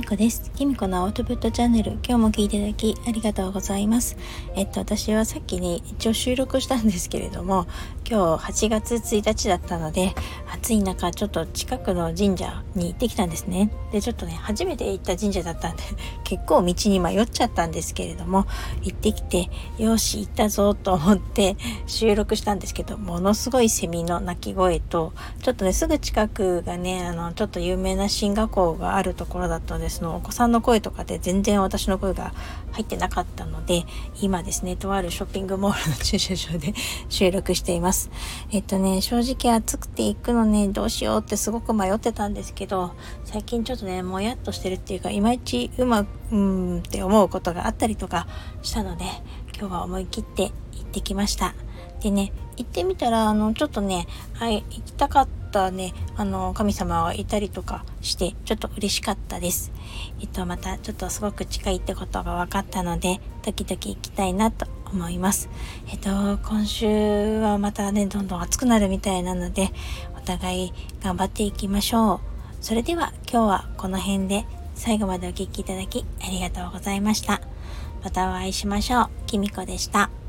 みこです。きみこのアウトプットチャンネル、今日も聞いていただきありがとうございます。私はさっきね、一応収録したんですけれども、今日8月1日だったので、暑い中、ちょっと近くの神社に行ってきたんですね。で、ちょっとね、初めて行った神社だったんで、結構道に迷っちゃったんですけれども、行ってきて、よし、行ったぞと思って収録したんですけど、ものすごいセミの鳴き声と、ちょっとね、すぐ近くがね、ちょっと有名な進学校があるところだったので、そのお子さんの声とかで全然私の声が入ってなかったので、今ですね、とあるショッピングモールの駐車場で収録しています。正直暑くて行くのね、どうしようってすごく迷ってたんですけど、最近ちょっとね、もやっとしてるっていうか、いまいちって思うことがあったりとかしたので、今日は思い切って行ってきました。でね、行ってみたら、ちょっとね、行きたかったね、神様がいたりとかして、ちょっと嬉しかったです。またちょっとすごく近いってことが分かったので、時々行きたいなと思います。今週はまたね、どんどん暑くなるみたいなので、お互い頑張っていきましょう。それでは今日はこの辺で、最後までお聞きいただきありがとうございました。またお会いしましょう。きみこでした。